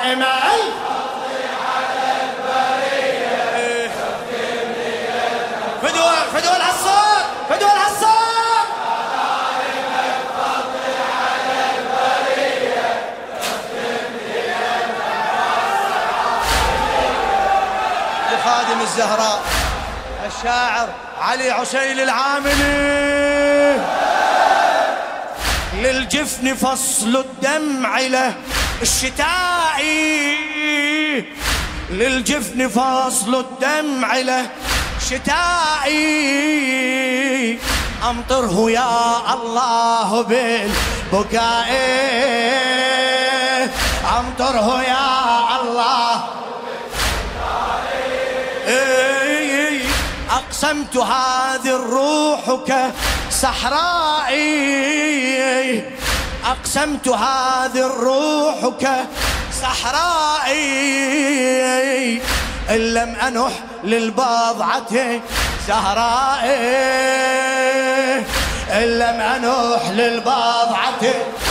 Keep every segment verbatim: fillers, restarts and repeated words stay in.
دائم الفضل على البرية تختم لي النفاس فدوى فدوى العصار فدوى العصار دائم الفضل على البرية تختم لي النفاس. خادم الزهراء الشاعر علي عسيل العاملي. للجفن فصل الدمع له الشتائي، للجفن فصل الدمع له شتائي، أمطره يا الله بالبكاء، أمطره يا الله. أقسمت هذه الروح كصحرائي، أقسمت هذه الروح كصحرائي، إن لم أنح للبضعة زهرائي، إن لم أنح للبضعة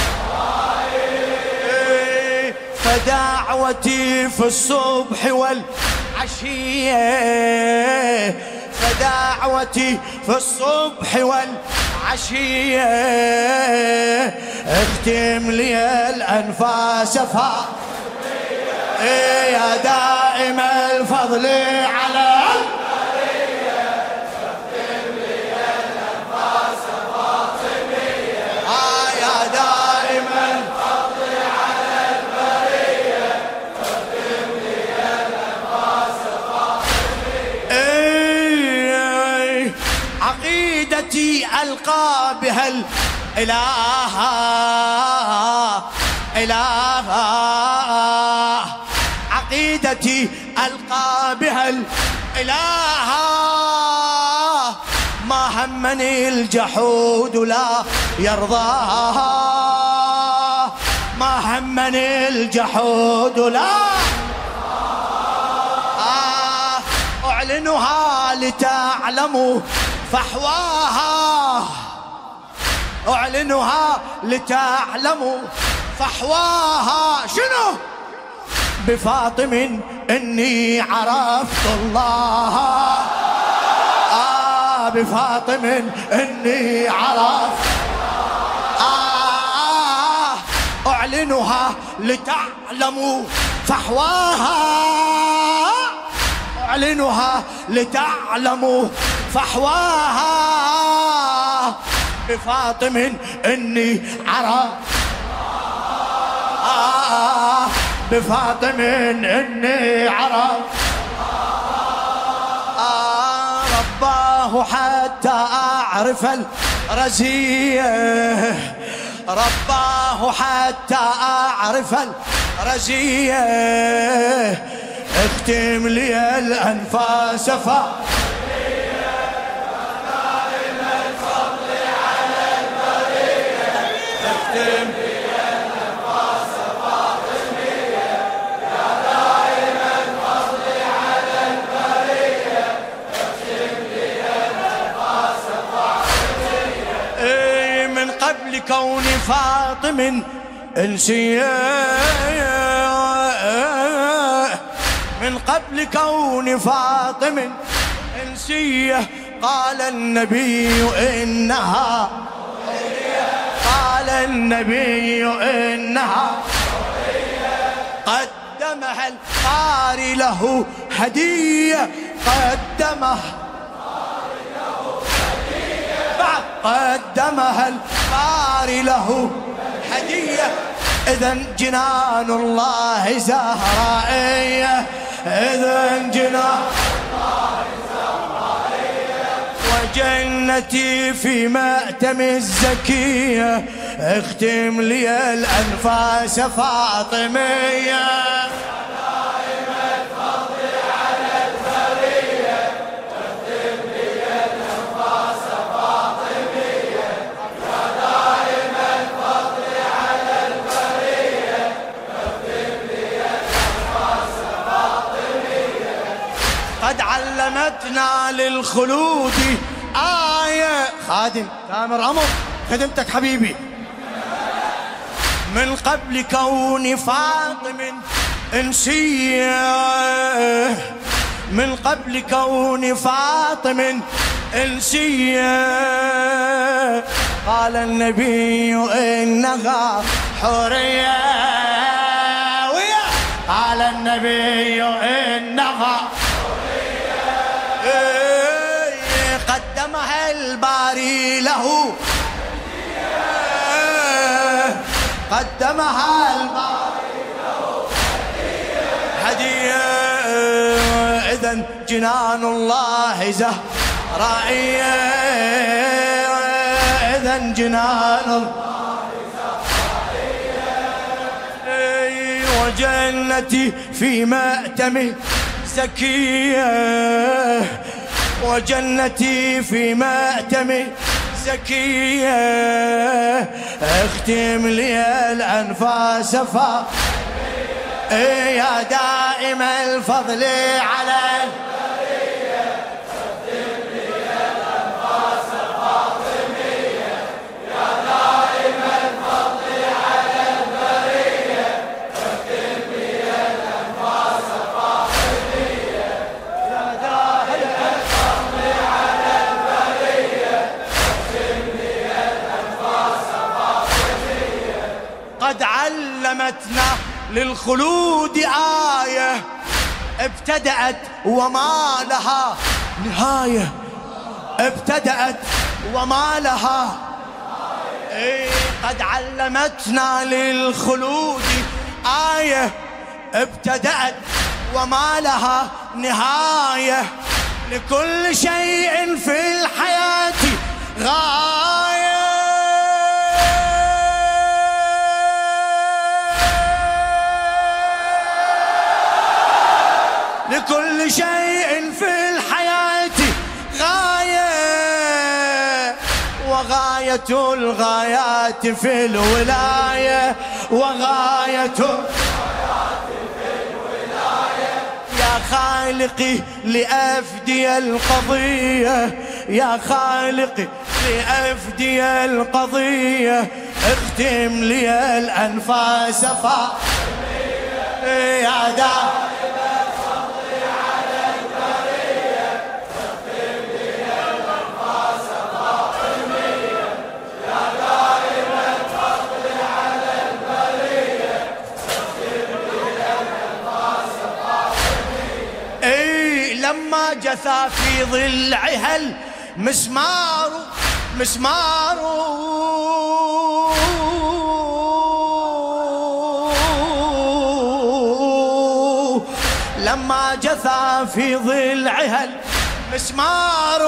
زهرائي. فدعوتي في الصبح والعشية، فدعوتي في الصبح والعشية، اختم لي الأنفاس فاطمية، يا دائم الفضل على البرية اختم لي الأنفاس فاطمية، آه يا دائم الفضل على البرية اختم لي الأنفاس فاطمية. عقيدتي ألقى بها الإله، إله عقيدتي ألقى بها الإله، ما همني الجحود لا يرضاها، ما همني الجحود لا أعلنها لتعلموا فحواها، أعلنها لتعلموا فحواها. شنو؟ بفاطم إني عرفت الله، آه بفاطم إني عرفت، آه أعلنها لتعلموا فحواها، أعلنها لتعلموا فحواها، بفاطم إني عرفت، آه بفاطم إني عرفت، آه رباه حتى أعرف الرزية، رباه حتى أعرف الرزية، اختم لي الأنفاس فاطمية، دائم الفضل على البرية اختم لي الأنفاس فاطمية، يا دائم الفضل على البرية اختم لي الأنفاس فاطمية. اي من قبل كون فاطم انسيه، من قبل كون فاطم انسيه، قال النبي إنها، قال النبي إنها قدمها القاري له هدية، قدمها بعد قدمها القاري له هدية، إذن جنان الله زهرائية، إذن جنان الله زهرائية، وجنتي في مأتم الزكية، اختم لي الأنفاس فاطمية، دائم الفضل على البرية اختم لي الأنفاس فاطمية، يا دائم الفضل على البرية اختم لي الأنفاس فاطمية. قد علمتنا للخلود آية، خادم تامر عمر خدمتك حبيبي، من قبل كون فاطم إنسية، من قبل كون فاطم إنسية. قال النبي إنها حورية، قال النبي إنها حورية، قدمها الباري له، قدمها الباري له هدية. إذن جنان الله زهرائية، إذن جنان الله زهرائية. وجنتي في مأتم زكية، وجنتي في مأتم زكية. اختم لي الأنفاس فاطمية، يا دائم الفضل على البرية. اختم لي الأنفاس فاطمية، يا دائم الفضل على البرية. اختم لي الأنفاس فاطمية، يا دائم الفضل على البرية. قد علمتنا للخلود آية، ابتدأت وما لها نهاية، ابتدأت وما لها. إيه قد علمتنا للخلود آية، ابتدأت وما لها نهاية. لكل شيء في الحياة غاية، لكل شيء في الحياة غاية. وغاية الغايات في الولاية، وغاية الغايات في الولاية. يا خالقي لأفدي القضية، يا خالقي لأفدي القضية. اختم لي الأنفاس فاطمية، يا دار لما جثى في ضلعها المسمار، مسمار لما جثى في ضلعها المسمار.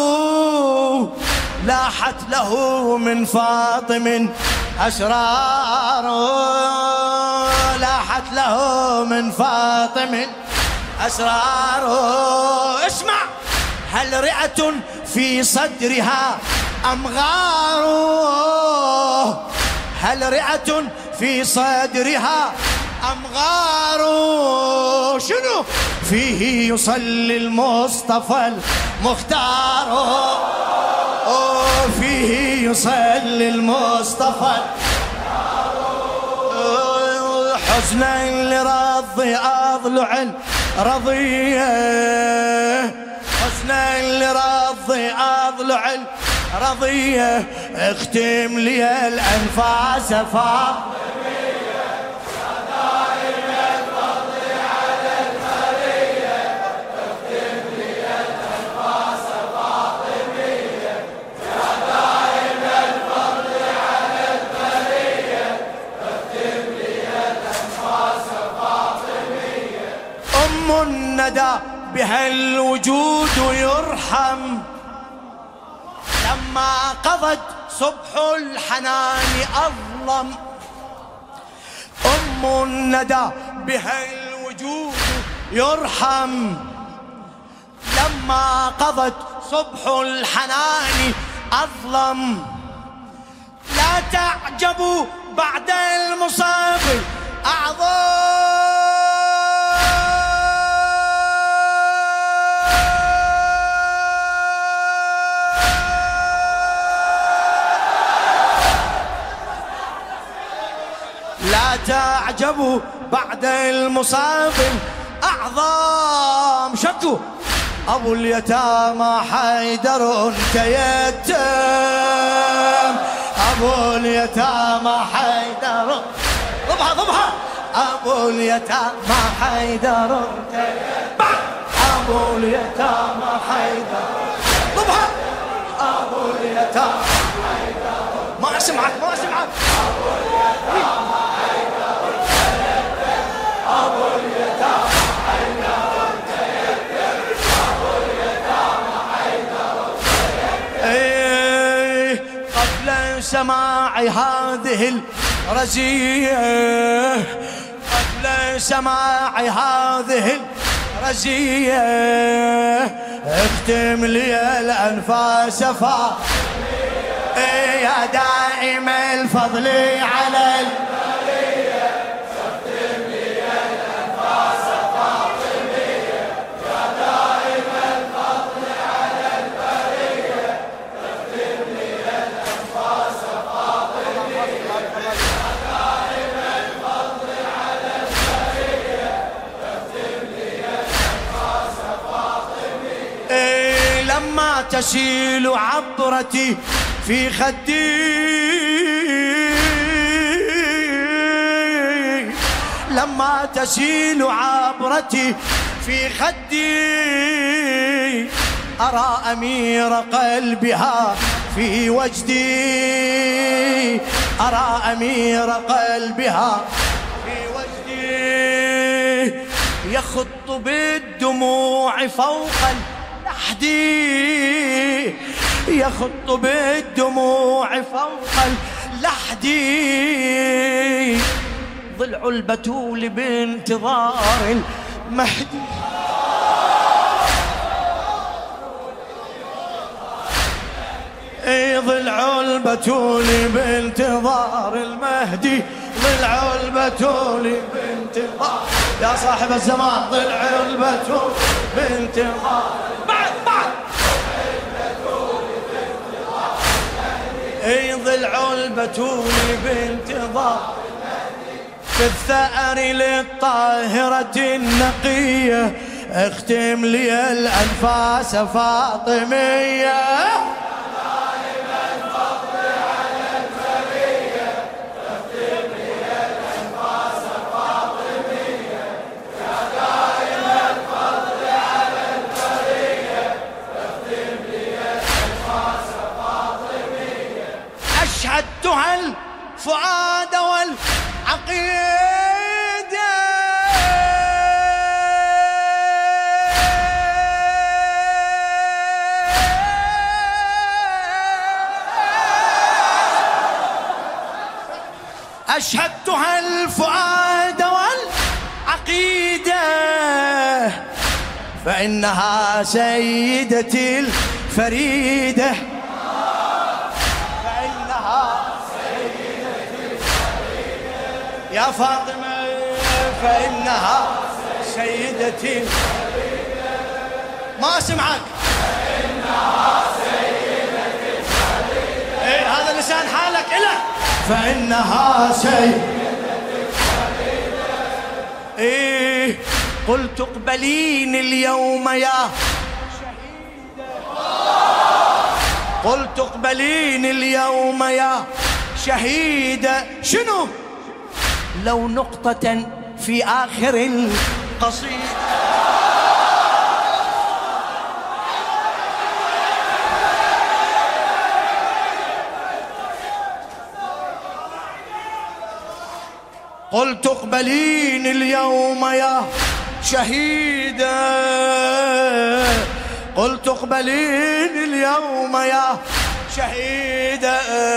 لاحت له من فاطم أسرار، لاحت له من فاطم أسرار. اسمع، هل رئة في صدرها أمغار؟ هل رئة في صدرها أمغار؟ شنو؟ فيه يصلي المصطفى المختار، فيه يصلي المصطفى حزنا لرضي أضلع رضية، حزنا لرضي أضلع رضية. اختم لي الأنفاس فاطمية، يا دائم الفضل على البرية. اختم لي الأنفاس فاطمية، يا دائم الفضل على البرية. اختم لي الأنفاس فاطمية. أم الندى بها الوجود يرحم، لما قضت صبح الحنان أظلم. أم الندى بها الوجود يرحم، لما قضت صبح الحنان أظلم. لا تعجبوا بعد المصاب أعظم، تعجبوا بعد المصاب الأعظم شكو أبو اليتامى حيدر انت يتم أبو اليتامى حيدر ضبها ضبها أبو اليتامى حيدر انت يتم أبو اليتامى حيدر ضبها أبو اليتامى حيدر ما أسمعك ما أسمعك أبو اليتامى حيدر انت يتم أبو اليتامى سماع هذه الرزية قبل سماع هذه الرزية اختم لي الأنفاس فاطمية يا دائم الفضل على البرية اختم لي الأنفاس فاطمية يا دائم الفضل على البرية اختم لي الأنفاس لما تسيل عبرتي في خدي لما تسيل عبرتي في خدي أرى أمير قلبها في وجدي أرى أمير قلبها في وجدي يخط بالدموع فوق اللحدي يخط بالدموع فوق اللحدي ضلع البتول بانتظار المهدي ضلع البتول بانتظار المهدي ضلع البتول بانتظار يا صاحب الزمان ضلع البتول بانتظار بعد بعد اي ضلع البتول بانتظار في الثأر للطاهرة النقية اختم لي الأنفاس فاطمية أشهدتها الفؤاد والعقيدة أشهدتها الفؤاد والعقيدة فإنها سيدتي الفريدة يا فاطمة فإنها سيدتي ما أسمعك فإنها سيدتي إيه هذا لسان حالك إله فإنها سيدتي إيه قلت اقبليني اليوم يا شهيدة قلت اقبليني اليوم يا شهيدة شنو لو نقطة في آخر القصيدة قلت اقبليني اليوم يا شهيدة قلت اقبليني اليوم يا شهيدة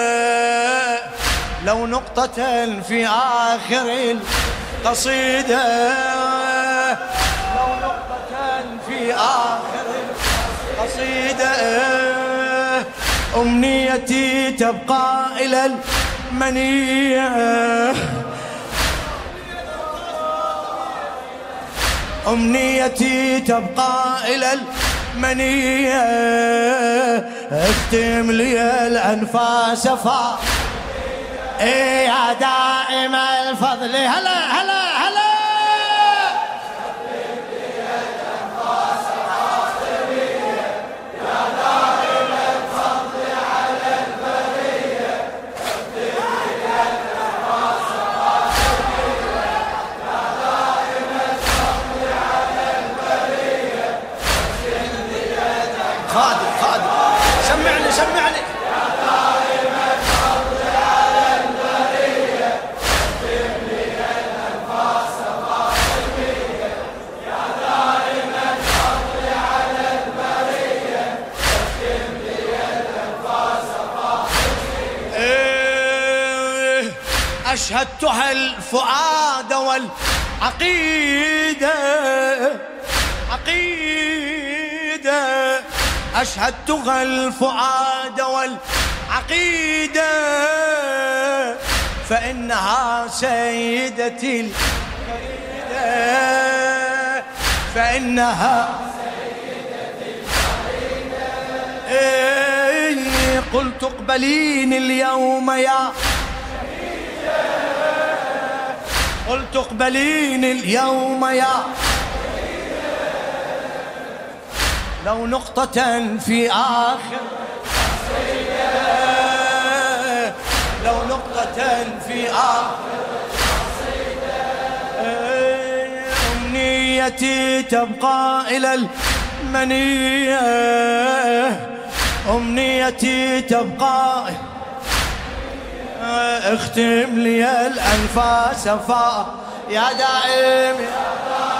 لو نقطة في آخر القصيدة لو نقطة في آخر القصيدة أمنيتي تبقى إلى المنية أمنيتي تبقى إلى المنية اختم لي الأنفاس فا إيه يا دائم الفضل هلا هلا هلا خادم خادم سمعني سمعني يا دائم الفضل على البرية اختم لي الأنفاس فاطمية يا دائم الفضل على البرية اختم لي الأنفاس فاطمية أشهدتها الفؤاد والعقيدة عقيدة أشهدتها الفؤاد والعقيدة فإنها سيدتي الفريدة فإنها سيدتي الفريدة إيه قلت اقبليني اليوم يا قلت اقبليني اليوم يا لو نقطة في آخر قصيدة لو نقطة في آخر قصيدة أمنيتي تبقى إلى المنية أمنيتي تبقى اختم لي الأنفاس فا يا دائم يا دائم